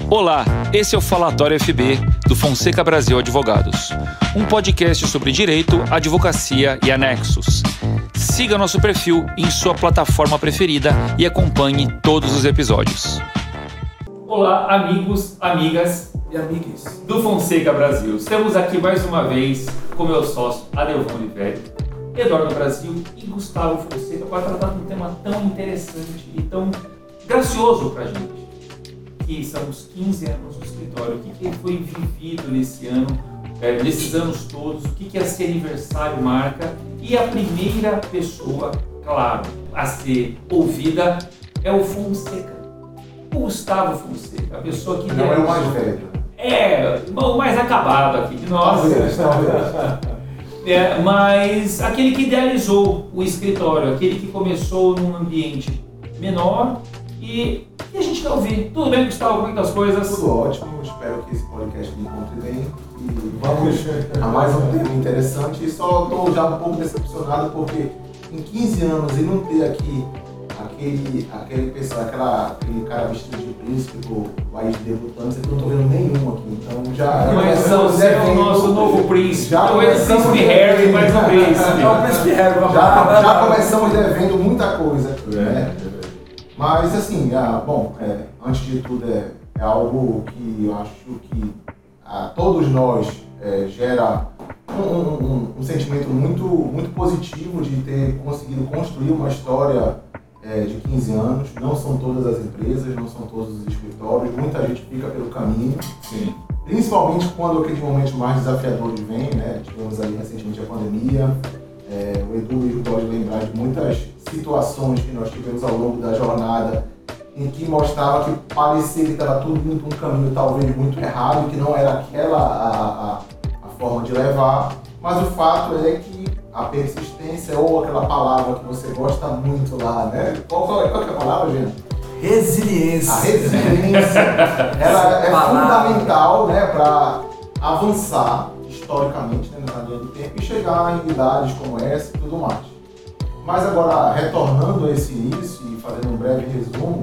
Olá, esse é o Falatório FB do Fonseca Brasil Advogados, um podcast sobre direito, advocacia e anexos. Siga nosso perfil em sua plataforma preferida e acompanhe todos os episódios. Olá, amigos, amigas e amigues do Fonseca Brasil. Estamos aqui mais uma vez com meu sócio Adelvan Oliveira, Eduardo Brasil e Gustavo Fonseca para tratar de um tema tão interessante e tão gracioso para a gente, que são os 15 anos do escritório. O que foi vivido nesse ano, nesses anos todos, o que esse aniversário marca. E a primeira pessoa, claro, a ser ouvida é o Fonseca, o Gustavo Fonseca, a pessoa que... Não é o mais velho. É, o mais acabado aqui de nós. Talvez. Mas aquele que idealizou o escritório, aquele que começou num ambiente menor e a gente quer ouvir. Tudo bem, Gustavo? Como é que estão as coisas? Tudo ótimo, espero que esse podcast me encontre bem e vamos a mais um tema interessante. E só estou já um pouco decepcionado porque em 15 anos e não ter aqui aquele cara vestido de príncipe do país de debutantes, eu não estou vendo nenhum aqui, então já... Mas você é o nosso novo príncipe, não é o príncipe Harry, mas o príncipe. É o príncipe Harry, já começamos devendo muita coisa aqui, né? Mas assim, antes de tudo é algo que eu acho que a todos nós gera um sentimento muito positivo de ter conseguido construir uma história de 15 anos. Não são todas as empresas, não são todos os escritórios, muita gente fica pelo caminho. Sim. Principalmente quando aqueles momentos mais desafiadores vêm, né? Tivemos aí recentemente a pandemia. O Edu mesmo pode lembrar de muitas situações que nós tivemos ao longo da jornada em que mostrava que parecia que estava tudo indo para um caminho talvez muito errado, que não era aquela a forma de levar, mas o fato é que a persistência, ou aquela palavra que você gosta muito lá, né? Qual é a palavra, gente? Resiliência. A resiliência, ela é fundamental, né, para avançar historicamente, né, na linha do tempo e chegar em idades como essa e tudo mais. Mas agora, retornando a esse início e fazendo um breve resumo,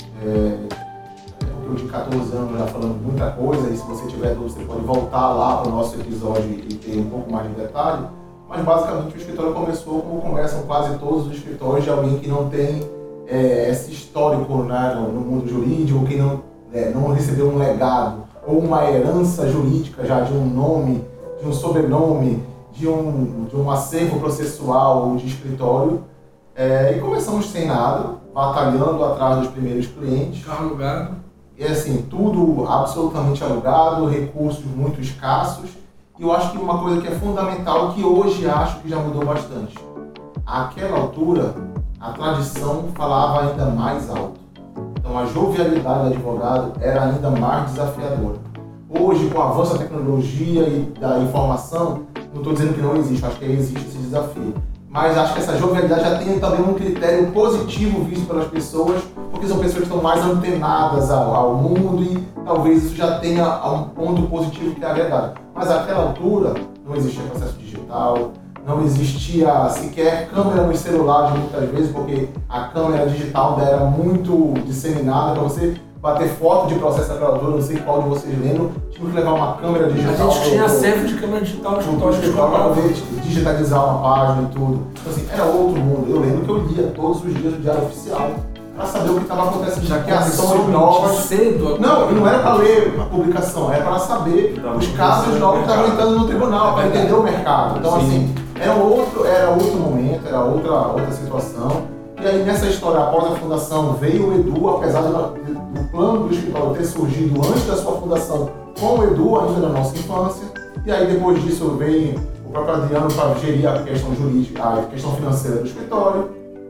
porque eu de 14 anos já falando muita coisa, e se você tiver dúvida, você pode voltar lá para o nosso episódio e ter um pouco mais de detalhe. Mas basicamente o escritório começou como começam quase todos os escritórios, de alguém que não tem esse histórico, né, no mundo jurídico, que não recebeu um legado ou uma herança jurídica já de um nome, de um sobrenome, de um acervo processual ou de escritório. E começamos sem nada, batalhando atrás dos primeiros clientes. Carro alugado. E assim, tudo absolutamente alugado, recursos muito escassos. E eu acho que uma coisa que é fundamental, que hoje acho que já mudou bastante. Àquela altura, a tradição falava ainda mais alto. Então a jovialidade do advogado era ainda mais desafiadora. Hoje, com o avanço da tecnologia e da informação, não estou dizendo que não existe, acho que existe esse desafio. Mas acho que essa jovialidade já tem também um critério positivo visto pelas pessoas, porque são pessoas que estão mais antenadas ao mundo e talvez isso já tenha um ponto positivo que é agregado. Mas naquela altura não existia processo digital, não existia sequer câmera nos celulares muitas vezes, porque a câmera digital ainda era muito disseminada. Para você bater foto de processo naquela altura, não sei qual de vocês lembram, tinha que levar uma câmera digital. A gente tinha acervo de câmera digital no escritório para poder digitalizar uma página e tudo. Então assim, era outro mundo. Eu lembro que eu lia todos os dias o Diário Oficial para saber o que estava acontecendo, já que ações novas. Cedo. Não era para ler a publicação, era para saber os casos novos que estavam entrando no tribunal, para entender o mercado. Então assim, era outro momento, era outra situação. E aí nessa história, após a fundação, veio o Edu, apesar do plano do escritório ter surgido antes da sua fundação, com o Edu ainda na nossa infância. E aí depois disso veio o próprio Adriano para gerir a questão jurídica, a questão financeira do escritório.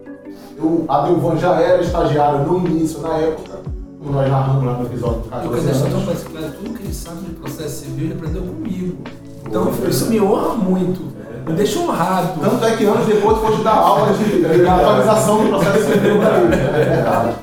O Adelvan já era estagiário no início, na época, como nós narramos lá no episódio do 14 anos. Tudo que ele sabe de processo civil, ele aprendeu comigo. Então isso me honra muito. Me deixa honrado. Tanto é que anos depois foste dar aula de atualização do processo civil para ele. É verdade.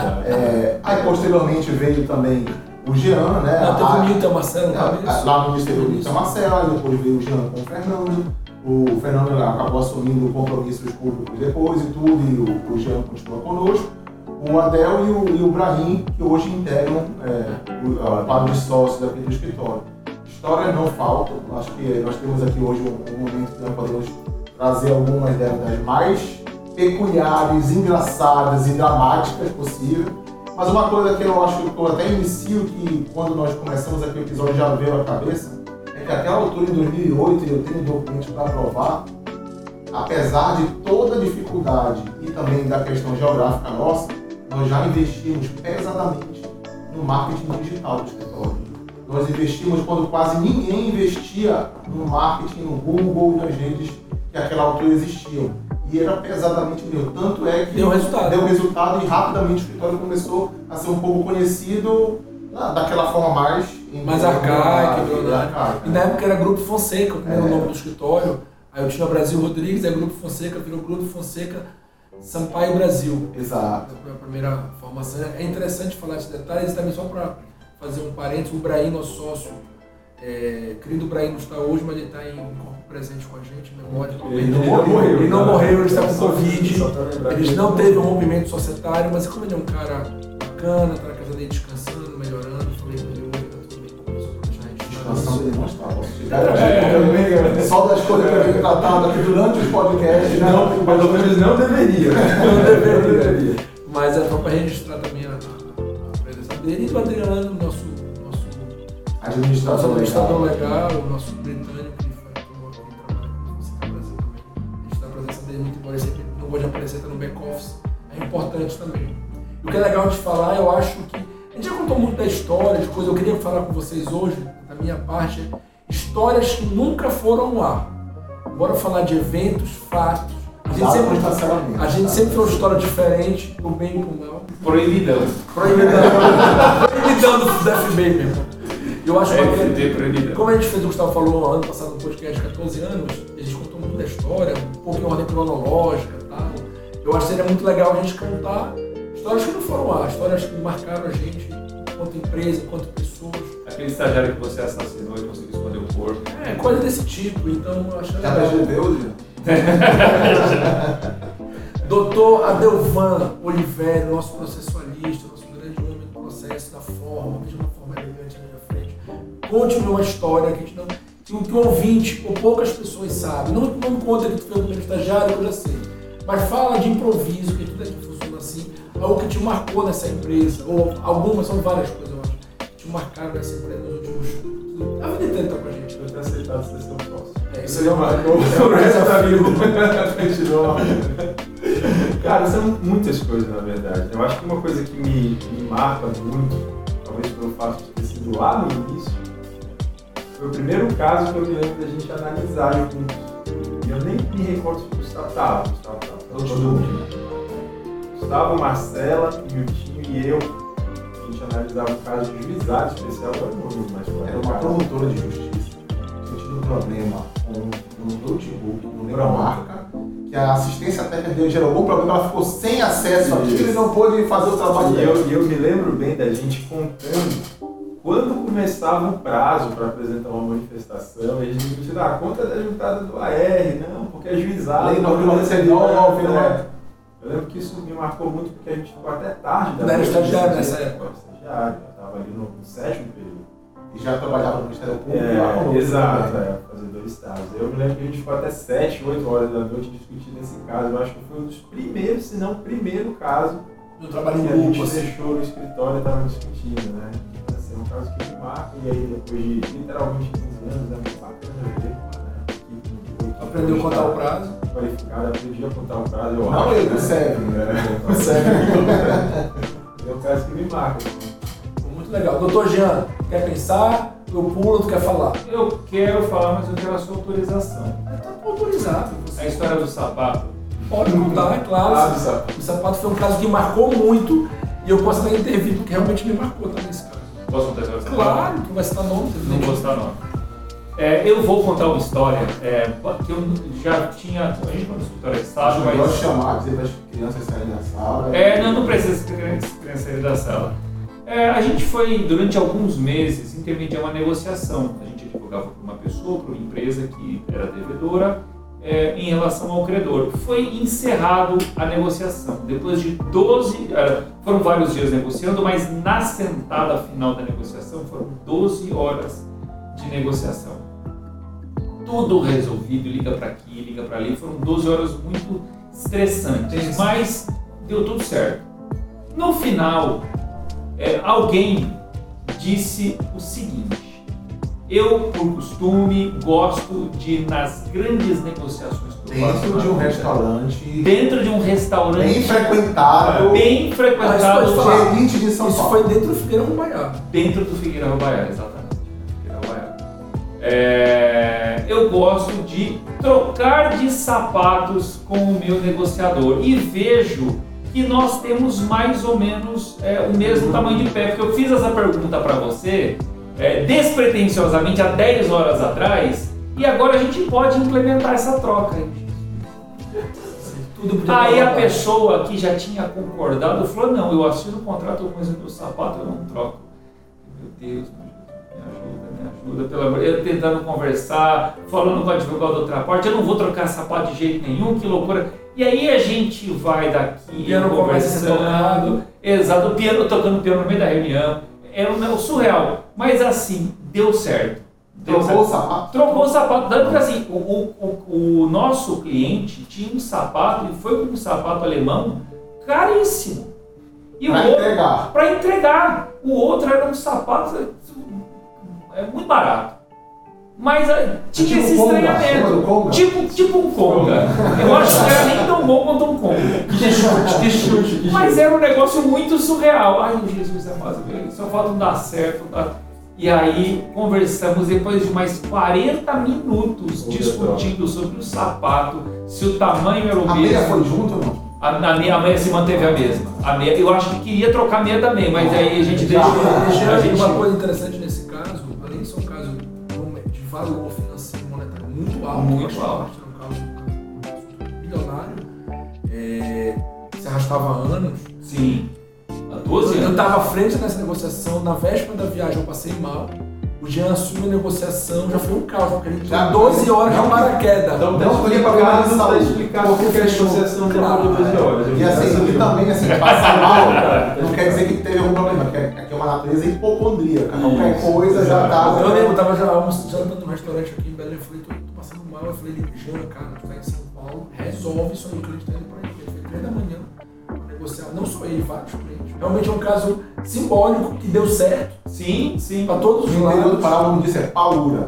Aí posteriormente veio também o Jean, né? Teve o Nilton Marcelo lá no início teve o Nilton Marcelo, aí depois veio o Jean com o Fernando. O Fernando acabou assumindo compromissos públicos depois e tudo, e o Jean continua conosco. O Adel e o Brahim, que hoje integram o quadro de sócios aqui do escritório. Histórias não faltam, acho que nós temos aqui hoje um momento que nós podemos trazer algumas das mais peculiares, engraçadas e dramáticas possível. Mas uma coisa que eu acho que eu até inicio, que quando nós começamos aqui o episódio já veio à cabeça, é que aquela altura em 2008, eu tenho documentos para provar, apesar de toda a dificuldade e também da questão geográfica nossa, nós já investimos pesadamente no marketing digital do escritório. Nós investimos quando quase ninguém investia no marketing no Google e nas redes que àquela altura existiam. E era pesadamente meu. Tanto é que deu resultado e rapidamente o escritório começou a ser um pouco conhecido daquela forma mais arcaica. E na época era Grupo Fonseca, o primeiro nome do escritório. Aí eu tinha Brasil Rodrigues, aí Grupo Fonseca virou Grupo Fonseca Sampaio Brasil. Exato. Foi a primeira formação. É interessante falar esses detalhes, também só para fazer um parênteses, o Brahim, nosso sócio, querido Brahim não está hoje, mas ele está em corpo presente com a gente, memória. Ele não morreu, ele está com Covid, ele não teve um rompimento societário, mas como ele é um cara bacana, está na casa dele descansando, melhorando, falei com ele hoje, está tudo bem, começou a deixar a gente. Descansando ele não está, só das coisas que eu tenho tratado aqui durante os podcasts, pelo menos não deveria. Não deveria. Mas é só para registrar também a presença dele e do Adriano, nosso administrador legal, o nosso britânico que tomou aqui trabalho com você no Brasil também. A gente dá a presença dele muito, embora ele sempre não gosta de aparecer, está no back-office. É importante também. E o que é legal de falar, eu acho que a gente já contou muito da história, de coisas. Eu queria falar com vocês hoje, da minha parte, histórias que nunca foram lá. Bora falar de eventos, fatos. A gente sempre tem uma história diferente, pro bem e pro mal. Proibidão do FB mesmo. Eu acho que, como a gente fez, o Gustavo falou ano passado no podcast, 14 anos, a gente contou muita história, um pouco em ordem cronológica e tal. Eu acho que seria muito legal a gente contar histórias que não foram lá, histórias que marcaram a gente, enquanto empresa, enquanto pessoas. Aquele estagiário que você assassinou e conseguiu esconder o corpo. Coisa desse tipo, então eu acho já legal. Já resolveu, Doutor Adelvan Oliveira, nosso processualista, nosso grande homem do processo, da forma, de uma forma elegante na minha frente. Conte-me uma história que o ouvinte, ou poucas pessoas sabem. Não conta que tu foi o primeiro estagiário, eu já sei. Mas fala de improviso, que tudo aqui funciona assim. Algo que te marcou nessa empresa, ou algumas, são várias coisas, eu acho, que te marcaram nessa empresa nos últimos... A vida inteira tá com a gente. Eu tenho aceitado ser seu sócio. Isso aí é uma Cara, são muitas coisas, na verdade. Eu acho que uma coisa que me marca muito, talvez pelo fato de ter sido lá no início, foi o primeiro caso que eu me lembro da gente analisar juntos. E eu nem me recordo se o Gustavo estava. Todo mundo. Gustavo, Marcela, Miltinho e eu. A gente analisava o caso de juizado especial, agora não lembro mais qual era uma promotora de justiça. Eu tive um problema com um notebook, não lembro a marca, que a assistência técnica dele gerou algum problema, ela ficou sem acesso àquilo e não pôde fazer o trabalho dele. E eu me lembro bem da gente contando quando começava o prazo para apresentar uma manifestação, a gente tinha que dar conta da juntada do AR, não, porque é juizado. Lei 999, né? Eu lembro que isso me marcou muito porque a gente ficou até tarde. Não era estagiário nessa época. Estagiário, eu estava ali no 7º período. E já trabalhava no Ministério Público? Exato, fazer 2 estágios. Eu me lembro que a gente ficou até 7, 8 horas da noite discutindo esse caso. Eu acho que foi um dos primeiros, se não o primeiro caso do trabalho em que a gente grupo, fechou no escritório e estava discutindo, né? Então, assim, é um caso que me marca e aí depois de literalmente 15 anos é muito bacana ver, né? Aprendeu a contar o prazo? Qualificado, aprendi a contar o prazo, eu não, acho. Não, ele consegue, né? É um caso que me marca. Muito legal. Doutor Jean, quer pensar? Eu pulo, tu quer falar? Eu quero falar, mas eu quero a sua autorização. Está autorizado. A história do sapato. Pode contar, é claro. O sapato foi um caso que marcou muito e eu posso até intervir, porque realmente me marcou também esse caso. Posso contar essa história? Claro, tu vai citar nome. Não vou citar nome. Eu vou contar uma história que eu já tinha. A gente não escutou esse sábado, mas. Eu gosto de chamar, dizer para as crianças saírem da sala. Não precisa crianças saírem da sala. A gente foi, durante alguns meses, intermediar uma negociação. A gente advogava para uma pessoa, para uma empresa que era devedora, em relação ao credor. Foi encerrado a negociação. Depois de 12, foram vários dias negociando, mas na sentada final da negociação foram 12 horas de negociação. Tudo resolvido, liga para aqui, liga para ali. Foram 12 horas muito estressantes, mas deu tudo certo. No final, alguém disse o seguinte: eu, por costume, gosto de ir nas grandes negociações que eu faço. Dentro de um restaurante. Dentro de um restaurante. Bem frequentado. Bem frequentado. De elite de São Paulo. Isso foi dentro do Figueira Rubaiá. Dentro do Figueira Rubaiá, exatamente. Figueira Rubaiá. Eu gosto de trocar de sapatos com o meu negociador e vejo que nós temos mais ou menos o mesmo tamanho de pé. Porque eu fiz essa pergunta para você despretensiosamente há 10 horas atrás e agora a gente pode implementar essa troca. Aí a pessoa que já tinha concordado falou: não, eu assino o contrato com o meu sapato, eu não troco. Meu Deus, me ajuda, pelo amor. Eu tentando conversar, falando com o advogado da outra parte, eu não vou trocar sapato de jeito nenhum, que loucura. E aí a gente vai daqui piano conversando, exato, o piano tocando piano no meio da reunião. Era um surreal, mas assim, deu certo. Trocou o sapato? Trocou o sapato, dando que assim, o nosso cliente tinha um sapato e foi com um sapato alemão caríssimo. E para entregar. O outro era um sapato muito barato. Mas tinha esse estranhamento. Tipo um Conga. Eu acho que não era nem tão bom quanto um Conga. Que chute. Mas era um negócio muito surreal. Ai, Jesus amado, só falta não dar certo. E aí conversamos depois de mais 40 minutos discutindo sobre o sapato, se o tamanho era o mesmo. A meia foi junto ou não? A meia se manteve a mesma. A meia, eu acho que queria trocar a meia também, mas aí a gente deixou. Uma coisa interessante nesse caso, além de ser um caso de valor financeiro monetário muito alto, muito alto, um caso milionário, se arrastava há anos. Sim. Há 12 anos. Eu estava à frente dessa negociação, na véspera da viagem eu passei mal. O Jean assumiu a negociação, já foi um caos, porque ele tinha 12 horas de paraquedas. Então, não foi para não está explicado porque a negociação demorou 12 horas. E assim, e também, assim, passar mal não quer dizer que teve algum problema, porque aqui é uma natureza hipocondríaca. Qualquer coisa já tá. Eu lembro, eu estava já num restaurante aqui em Belém, eu falei, tô passando mal. Eu falei, Jean, cara, tu tá em São Paulo, resolve isso aí, o cliente tá indo pra aí. Ele foi 3 da manhã para negociar, não só ele, vários clientes. Realmente é um caso simbólico que deu certo. Sim, sim. Para todos os lados. O interior do Pará, o nome disso é paura.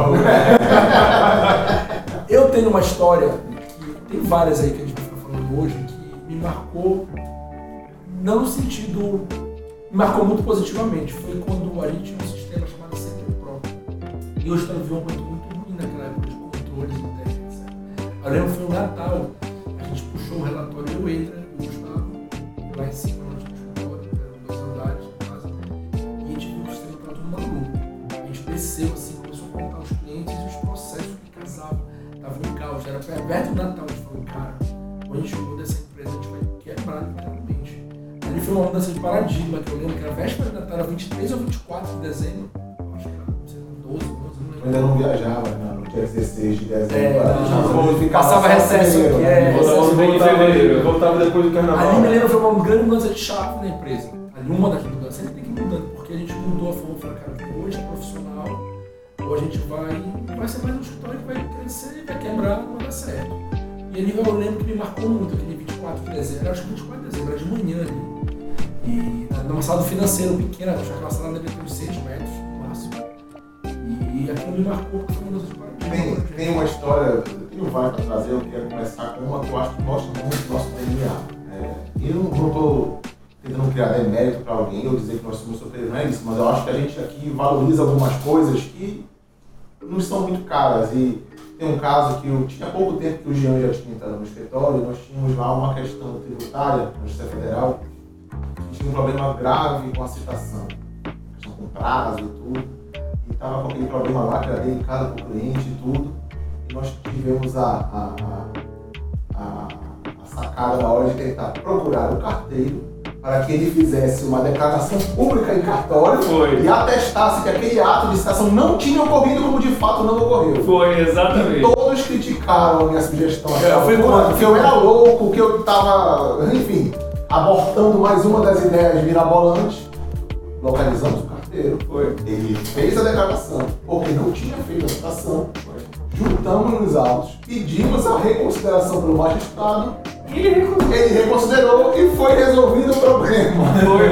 Eu tenho uma história, que tem várias aí que a gente vai ficar falando hoje, que me marcou, não no sentido, me marcou muito positivamente. Foi quando a gente tinha um sistema chamado Center Pro. E eu estava vivendo um momento muito ruim naquela época de controles internos, etc. Eu lembro que foi no Natal, a gente puxou o relatório, eu, Eitra e o Gustavo, lá em cima, no escritório, eram 2 andares de casa, e a gente viu o sistema para todo maluco. A gente desceu assim, começou a contar os clientes e os processos que casavam. Tava um caos, era perto do Natal. A gente falou, cara, quando a gente muda essa empresa, a gente vai quebrar literalmente. Ali foi uma mudança de paradigma, que eu lembro que era véspera do Natal, era 23 ou 24 de dezembro. Acho que era, não sei, 12, não lembro. Eu ainda não viajava, né? No dia 16 de dezembro. Passava recesso aqui, voltava depois do carnaval. Ali me lembro, foi uma grande mudança de chave na empresa. Ali uma das mudanças, sempre tem que ir mudando, porque a gente mudou a forma, falou, cara, hoje é profissional, ou a gente vai ser mais um escritório que vai crescer, vai quebrar, não vai dar certo. E ali eu lembro que me marcou muito, aquele 24 de dezembro, acho que 24 de dezembro, era de manhã ali. E numa sala do financeiro pequena, acho que aquela sala devia ter uns 6 metros no máximo. E aquilo me marcou porque foi uma das paradigmas. Tem uma história, eu tenho várias para trazer, eu queria começar com uma que eu acho que mostra muito o nosso DNA. Eu não estou tentando criar demérito para alguém ou dizer que nós somos superiores, não é isso, mas eu acho que a gente aqui valoriza algumas coisas que não são muito caras. E tem um caso que eu tinha pouco tempo que o Jean já tinha entrado no escritório, e nós tínhamos lá uma questão tributária na Justiça Federal, que tinha um problema grave com a citação, questão com prazo e tudo, e estava com aquele problema lá que era delicado para o cliente e tudo, e nós tivemos a sacada na hora de tentar procurar o carteiro para que ele fizesse uma declaração pública em cartório e atestasse que aquele ato de citação não tinha ocorrido como de fato não ocorreu. Foi, exatamente. E todos criticaram a minha sugestão. Que eu era louco, que eu estava, enfim, abortando mais uma das ideias mirabolantes. Localizamos o carteiro. Ele fez a declaração, porque não tinha feito a citação. Juntamos nos autos, pedimos a reconsideração pelo magistrado. Ele reconsiderou e foi resolvido o problema.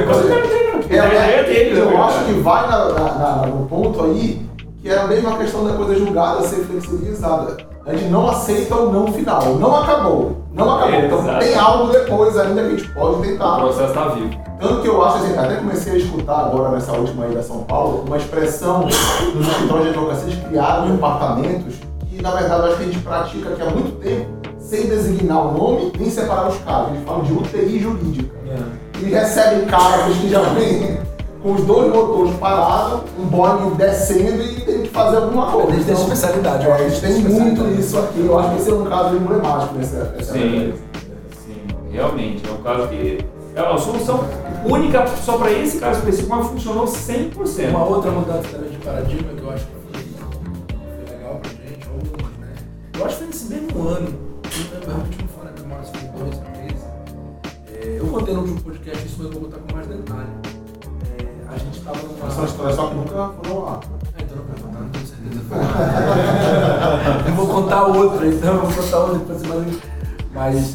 Eu acho que vai no ponto aí que é a mesma questão da coisa julgada ser flexibilizada. A gente não aceita o não final. Não acabou. Então tem algo depois ainda que a gente pode tentar. O processo está vivo. Tanto que eu acho assim, até comecei a escutar agora nessa última ida a São Paulo, uma expressão nos escritórios de advocacia de criar departamentos que na verdade eu acho que a gente pratica aqui há muito tempo, sem designar o nome, nem separar os casos. Eles falam de UTI jurídica. Eles recebem casos que já vêm com os dois motores parados, um Boeing descendo e tem que fazer alguma coisa. Eles têm especialidade. Eles têm muito isso aqui. Eu acho que esse é um caso emblemático nessa Sim, realmente. É um caso que é uma solução única só para esse caso específico, mas funcionou 100%. Uma outra mudança também de paradigma que eu acho que foi legal pra gente, algumas, né? Eu acho que foi nesse mesmo ano, realmente não fora a memória, se foi 12, 13. Eu contei no último podcast isso, mas eu vou botar com mais detalhe. A gente estava numa... Essa história só que nunca foram lá. Então não vou contar, não tenho certeza. Eu vou contar outra, então eu vou contar outra depois, mas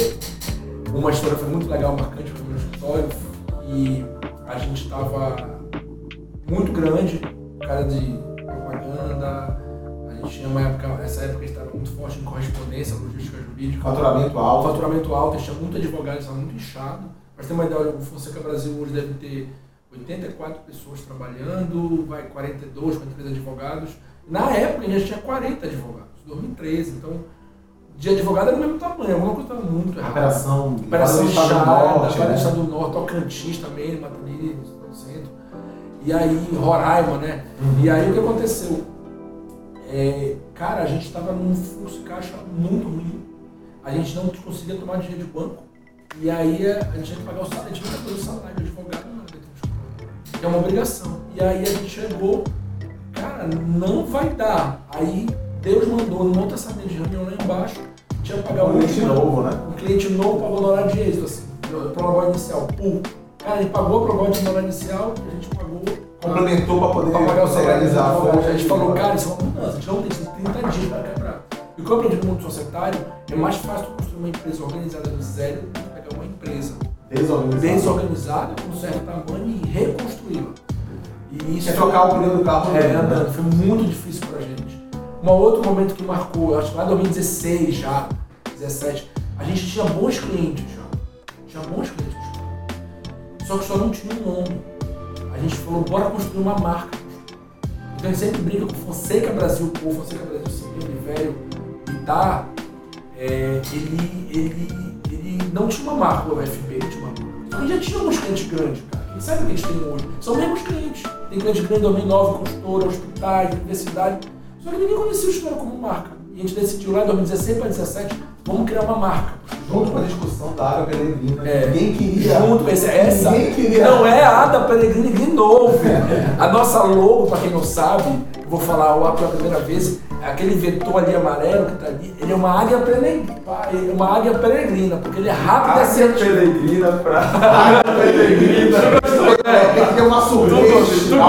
uma história foi muito legal, marcante para o meu escritório, e a gente estava muito grande, cara de propaganda, a gente tinha uma época, essa época a gente estava muito forte em correspondência, logística jurídica. Faturamento alto, a gente tinha muito advogado, estava muito inchado. Mas tem uma ideia, o Fonseca Brasil hoje deve ter 84 pessoas trabalhando, 42, 43 advogados. Na época a gente tinha 40 advogados, 2013, então de advogado era do mesmo tamanho, alguma coisa estava muito errada. Operação inchada, vários estados do norte, Tocantins também, Matanini, no centro. E aí, Roraima, né? E aí o que aconteceu? Cara, a gente estava num fluxo de caixa muito ruim, a gente não conseguia tomar dinheiro de banco, e aí a gente tinha que pagar o salário, a gente tinha que pagar o salário de advogado, é uma obrigação. E aí a gente chegou, cara, não vai dar. Aí Deus mandou, numa outra sala de reunião lá embaixo, tinha que pagar um cliente novo, né? Um cliente novo pagou no horário de êxito, assim, prolabore inicial. Cara, ele pagou a prolabore de horário inicial e a gente pagou. Complementou para poder pagar o salário. A gente falou, cara, cara, isso é uma mudança, a gente não tem 30 dias para quebrar. E o que eu aprendi no mundo societário é mais fácil construir uma empresa organizada do zero do que pegar uma empresa desorganizada, com um certo tamanho e reconstruí-la. E isso trocar o pneu do carro andando. Foi muito difícil pra gente. Um outro momento que marcou, acho que lá em 2016 já, 2017, a gente tinha bons clientes já. Só que só não tinha um nome. A gente falou, bora construir uma marca. Então a gente sempre brinca com o Fonseca Brasil, o Fonseca Brasil Civil, Velho, Itá, ele não tinha uma marca, o UFB, ele tinha uma marca. Só que já tinha alguns clientes grandes, cara. Quem sabe o que eles têm hoje? São mesmos clientes. Tem cliente grande em 2009, consultora, hospitais, universidade. Só que ninguém conhecia o escritório como marca. E a gente decidiu lá em 2016 para 2017, vamos criar uma marca. Junto com a discussão da Ada Peregrina. Ninguém queria. Ninguém queria. Não é a Ada Peregrina de novo. A nossa logo, para quem não sabe, eu vou falar pela primeira vez, aquele vetor ali amarelo que está ali, ele é uma águia peregrina, porque ele é rápido e assertivo. Peregrina pra... Águia peregrina. Tem que ter uma surpresa.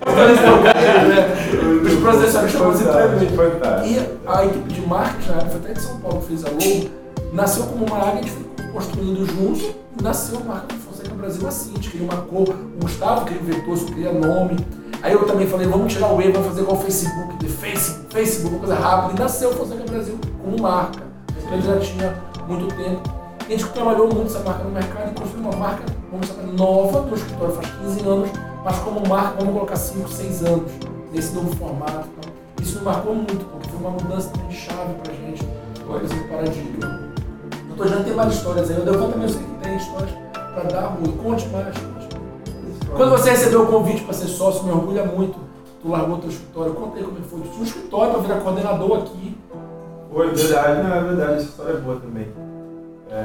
Os processadores chamam de fantástico. E a equipe de marketing, na época, foi até de São Paulo que fez a logo, nasceu como uma águia, a gente foi construindo junto, e nasceu a marca do Fonseca Brasil assim, a gente queria uma cor, o Gustavo queria vetor, só queria nome. Aí eu também falei, vamos tirar o E, vamos fazer igual o Facebook, Facebook, uma coisa rápida, e nasceu o Fonseca Brasil como marca. Então ele já tinha muito tempo. A gente trabalhou muito essa marca no mercado e construiu uma marca, vamos chamar, nova, no escritório faz 15 anos, mas como marca, vamos colocar 5, 6 anos, nesse novo formato. Então, isso me marcou muito, porque foi uma mudança também chave pra gente, esse paradigma. Doutor Jânio, tem mais histórias aí, eu também sei que tem histórias para dar rua, conte mais. Quando você recebeu o convite para ser sócio, me orgulha muito, tu largou teu escritório, conta aí como é que foi, tu tinha um escritório para virar coordenador aqui. Foi verdade, não, é verdade, essa história é boa também.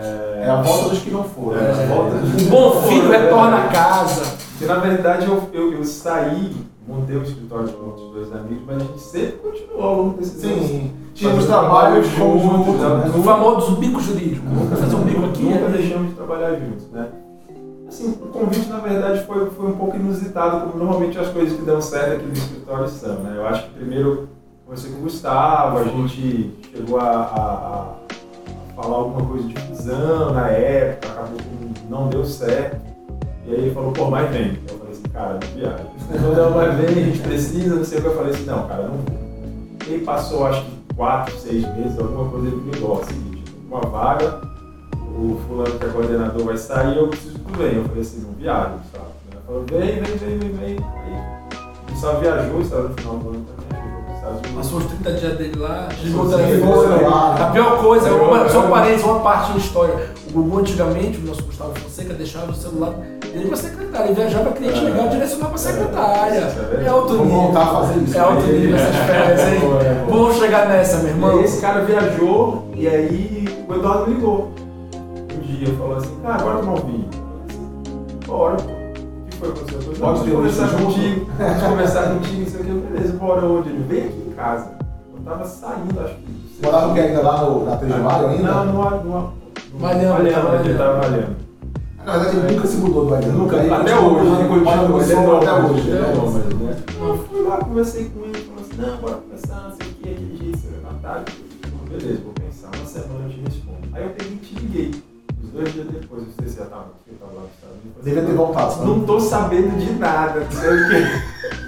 É a volta dos que não foram. É, a volta dos Um bom filho retorna a casa. Porque na verdade eu saí, montei um escritório com outros 2 amigos, mas a gente sempre continuou ao longo desses anos. Sim, tínhamos trabalhos juntos, né? O famoso bico jurídico. Vamos fazer um bico aqui. Nunca ali. deixamos de trabalhar juntos, né? Assim, o convite na verdade foi um pouco inusitado, como normalmente as coisas que dão certo aqui no escritório são, né? Eu acho que primeiro conversei com o Gustavo, a gente chegou a falar alguma coisa de fusão na época, acabou que não deu certo. E aí ele falou, pô, mas vem. Eu falei assim, cara, não viagem. Não, mas vem, a gente precisa, não sei o que. Eu falei assim, não, cara, não vou. Ele passou, acho que 4, 6 meses, alguma coisa, ele me ligou, seguinte, uma vaga, o fulano que é coordenador vai sair, eu preciso que tu venha. Eu falei assim, não viajo, sabe? Ele falou, vem. Ele só viajou, estava no final do ano também, chegou para os Estados Unidos. Passou os 30 dias dele lá, chegou o Sim, telefone. celular. A pior coisa, só um parênteses, uma parte da história. O Gugu antigamente, o nosso Gustavo Fonseca, deixava o celular dele pra secretária. Ele viajava, cliente ligar, direcionar pra secretária. É alto Vamos nível. voltar a fazer isso. É alto nível essas férias, hein? Vamos chegar nessa, meu E irmão. aí esse cara viajou e aí o Eduardo me ligou. Um dia falou assim, cara, bora tomar um vinho. Eu falei assim, bora, pô. O que foi que aconteceu? Eu Pode falei, ter conversar isso junto? contigo, conversar contigo, isso aqui, beleza, bora onde? Ele veio aqui em casa. Eu tava saindo, acho que. Morava o que ainda lá na 3 de Maio ainda? Não, Malhando, ele tava malhando. Na verdade, ele nunca se mudou do Bahia. Nunca, Ele até continuou hoje, morando em Curitiba, ele é até nômade, hoje. ele é né? nômade, né? Eu fui lá, conversei com ele, falou assim, não, bora conversar, não sei o que, aquele jeito, você vai matar. Beleza, vou pensar, uma semana eu te respondo. Aí eu peguei e te liguei. Uns 2 dias depois, eu sei se já tava aqui, eu tava lá nos Estados Unidos. Devia ter voltado, sabe? Não tô sabendo de nada, não sei o quê.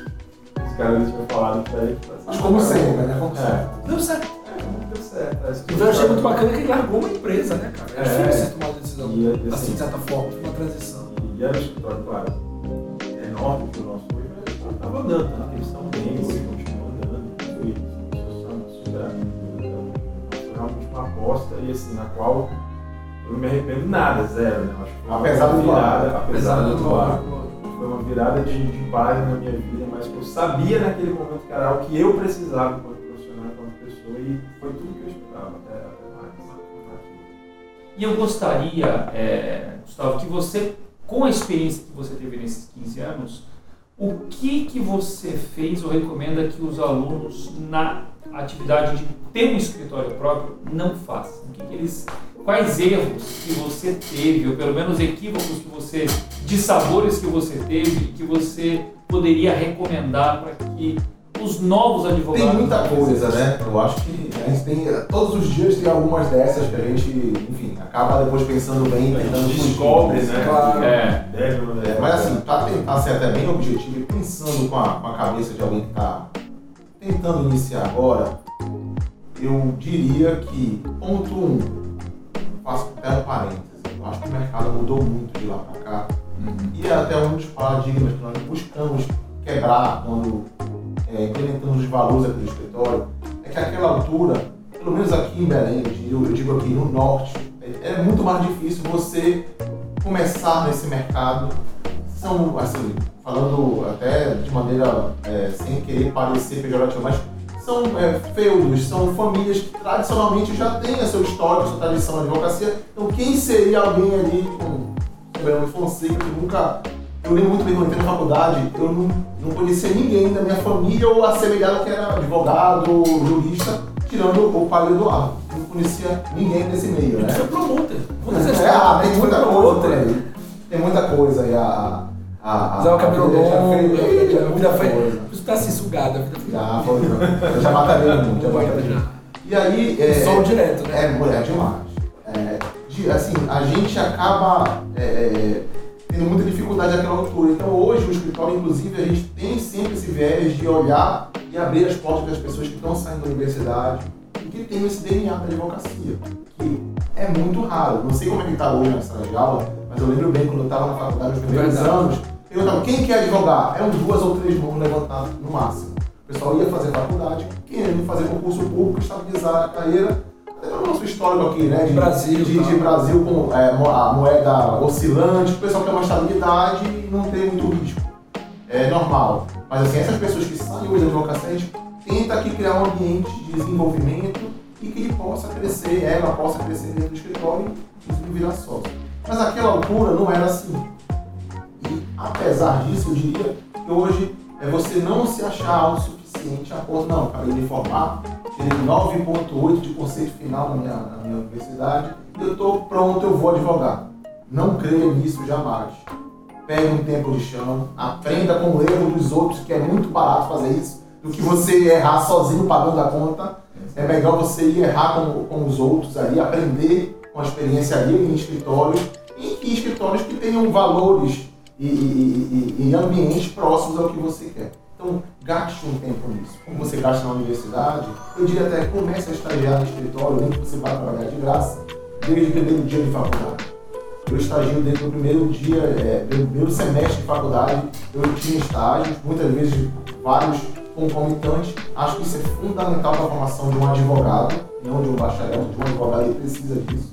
Os caras tinham falado pra ele. Mas como sempre, né? Como sempre. Deu certo. Não deu certo. Então eu achei muito bacana que ele largou uma empresa, né, cara? É difícil você tomar uma decisão. E, Assim, assim, de certa forma, uma transição. E era um escritório, claro, enorme que o nosso hoje, mas estava andando, né? Eles estão bem, hoje continuam andando, foi super amigo, foi realmente uma aposta e assim, na qual eu não me arrependo nada, zero, né? Acho que foi Apesar do virada, lado. apesar do lado. lado. Foi uma virada de página na minha vida, mas que eu sabia naquele momento que era algo que eu precisava enquanto profissional, enquanto pessoa, e foi tudo que eu esperava, até mais. E eu gostaria, Gustavo, que você, com a experiência que você teve nesses 15 anos, o que você fez ou recomenda que os alunos, na atividade de ter um escritório próprio, não façam? Quais erros que você teve, ou pelo menos equívocos que você, dissabores que você teve, que você poderia recomendar para que os novos advogados... Tem muita coisa, né? Eu acho que a gente tem, todos os dias tem algumas dessas que a gente, enfim, acaba depois pensando bem, tentando Descobre, né? Claro. Deve ou não deve. Mas assim, para tentar ser até bem objetivo e pensando com a cabeça de alguém que está tentando iniciar agora, eu diria que, ponto 1, faço até um parênteses, eu acho que o mercado mudou muito de lá para cá, e é até um dos paradigmas que nós buscamos quebrar quando implementamos os valores aqui do escritório, é que àquela altura, pelo menos aqui em Belém, eu digo aqui no norte, é muito mais difícil você começar nesse mercado. São, assim, falando até de maneira sem querer parecer pejorativa, mas são feudos, são famílias que tradicionalmente já têm a seu histórico, a sua tradição na advocacia. Então quem seria alguém ali com Fernando Fonseca que nunca... Eu lembro muito bem quando eu entrei na faculdade, eu não conhecia ninguém da minha família ou assemelhado que era advogado, jurista, tirando o pai Eduardo. Eu não conhecia ninguém nesse meio, né? Foi promoter. Tem muita coisa por aí. Tem muita coisa aí. Usar o cabelo longo, a a vida foi. Você tá assim, sugada, a vida foi. Já foi, não. Eu já mataria muito, já mataria. E aí. Sol direto, né? É demais. Assim, a gente acaba tendo muita dificuldade naquela altura. Então hoje o escritório, inclusive, a gente tem sempre esse viés de olhar e abrir as portas das pessoas que estão saindo da universidade e que tem esse DNA da advocacia, que é muito raro. Não sei como é que está hoje na sala de aula, mas eu lembro bem quando eu estava na faculdade nos primeiros anos, eu perguntava quem quer advogar? Eram 2 ou 3 mãos levantadas no máximo. O pessoal ia fazer faculdade, querendo fazer concurso público, estabilizar a carreira. Até o nosso histórico aqui, né? De Brasil com a moeda oscilante, o pessoal quer uma estabilidade e não tem muito risco. É normal. Mas assim, essas pessoas que saem hoje da advocacia, a gente tenta aqui criar um ambiente de desenvolvimento e que ele possa crescer, ela possa crescer dentro do escritório e virar sócio. Mas naquela altura não era assim. E apesar disso, eu diria que hoje você não se achar autossuficiente a ponto, não, acabei de formar, tirei 9,8 de conceito final na minha universidade, e eu estou pronto, eu vou advogar. Não creio nisso jamais. Pegue um tempo de chão, aprenda com o erro dos outros, que é muito barato fazer isso, do que você errar sozinho pagando a conta. É melhor você ir errar com os outros ali, aprender com a experiência ali em escritórios, e em escritórios que tenham valores e ambientes próximos ao que você quer. Então, gaste um tempo nisso. Como você gasta na universidade, eu diria até que comece a estagiar no escritório, nem que você vá trabalhar de graça, desde o primeiro dia de faculdade. Eu estagio desde o primeiro dia, do primeiro semestre de faculdade, eu tinha estágios, muitas vezes vários concomitantes. Acho que isso é fundamental para a formação de um advogado, não de um bacharel, de um advogado, ele precisa disso.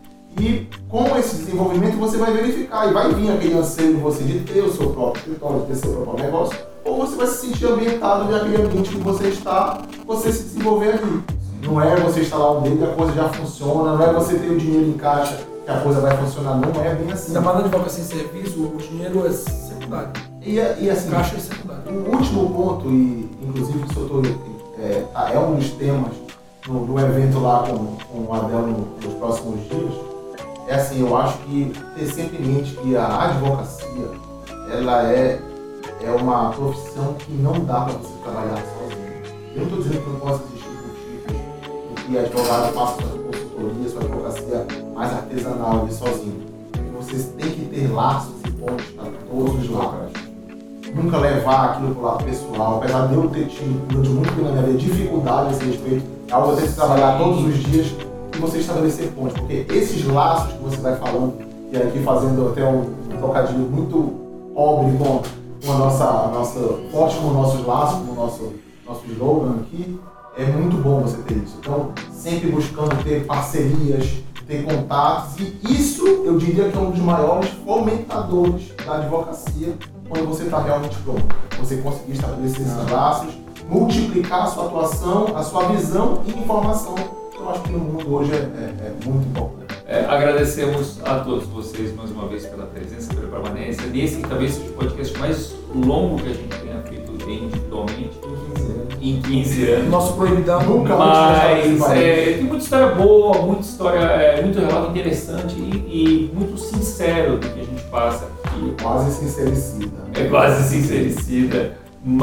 E com esse desenvolvimento você vai verificar e vai vir aquele anseio de você de ter o seu próprio escritório, de ter seu próprio negócio, ou você vai se sentir ambientado naquele ambiente que você está, você se desenvolver ali. Não é você instalar um dedo e a coisa já funciona, não é você ter o dinheiro em caixa que a coisa vai funcionar, não é bem assim. Na base da advocacia em serviço, o dinheiro é secundário. E assim, caixa é secundário. O último ponto, e inclusive isso é um dos temas no evento lá com o Adel nos próximos dias, é assim, eu acho que ter sempre em mente que a advocacia, ela é uma profissão que não dá para você trabalhar sozinho. Eu não estou dizendo que não possa existir boutiques, que advogado faça sua consultoria, sua advocacia mais artesanal e sozinho. Você tem que ter laços e pontos para todos os lados. Nunca levar aquilo para o lado pessoal, apesar de eu ter tido durante muito tempo na minha vida dificuldade a esse respeito, é algo que eu tenho que trabalhar todos os dias e você estabelecer pontos, porque esses laços que você vai falando, e aqui fazendo até um trocadilho muito pobre com a nossa forte como nossos laços, como o nosso slogan aqui, é muito bom você ter isso. Então, sempre buscando ter parcerias, ter contatos, e isso eu diria que é um dos maiores fomentadores da advocacia quando você está realmente pronto. Você conseguir estabelecer esses laços, multiplicar a sua atuação, a sua visão e informação. Eu acho que no mundo hoje é muito importante. Agradecemos a todos vocês mais uma vez pela presença, pela permanência. Nesse que talvez seja o podcast mais longo que a gente tenha feito individualmente. Em 15 anos. Nosso proibidão. Nunca Mas tem muita história boa, muita história, muito relato interessante e muito sincero do que a gente passa aqui. Quase sincericida. É quase sincericida.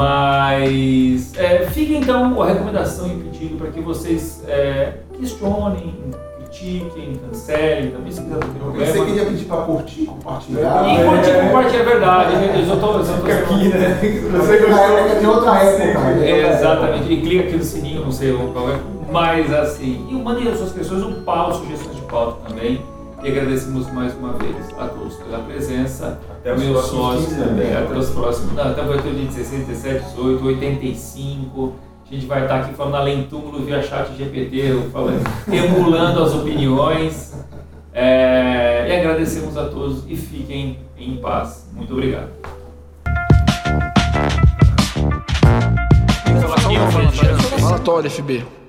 Mas fica então a recomendação e o pedido para que vocês questionem, critiquem, cancelem, também se quiser ter problema. Você queria pedir para curtir, compartilhar? E curtir, compartilhar é verdade. Eu tô aqui, né? Você gostou de outra época. Exatamente. E clica aqui no sininho, não sei qual é. Mas assim, e mandem as suas questões, um pauta, sugestões de pauta também. E agradecemos mais uma vez a todos pela presença. Até os próximos 15 também. Até os próximos. Não, até vai ter o dia 16, 17, 18, 85. A gente vai estar aqui falando além túmulo via chat GPT, emulando as opiniões. E agradecemos a todos e fiquem em paz. Muito obrigado. Falatório, FB.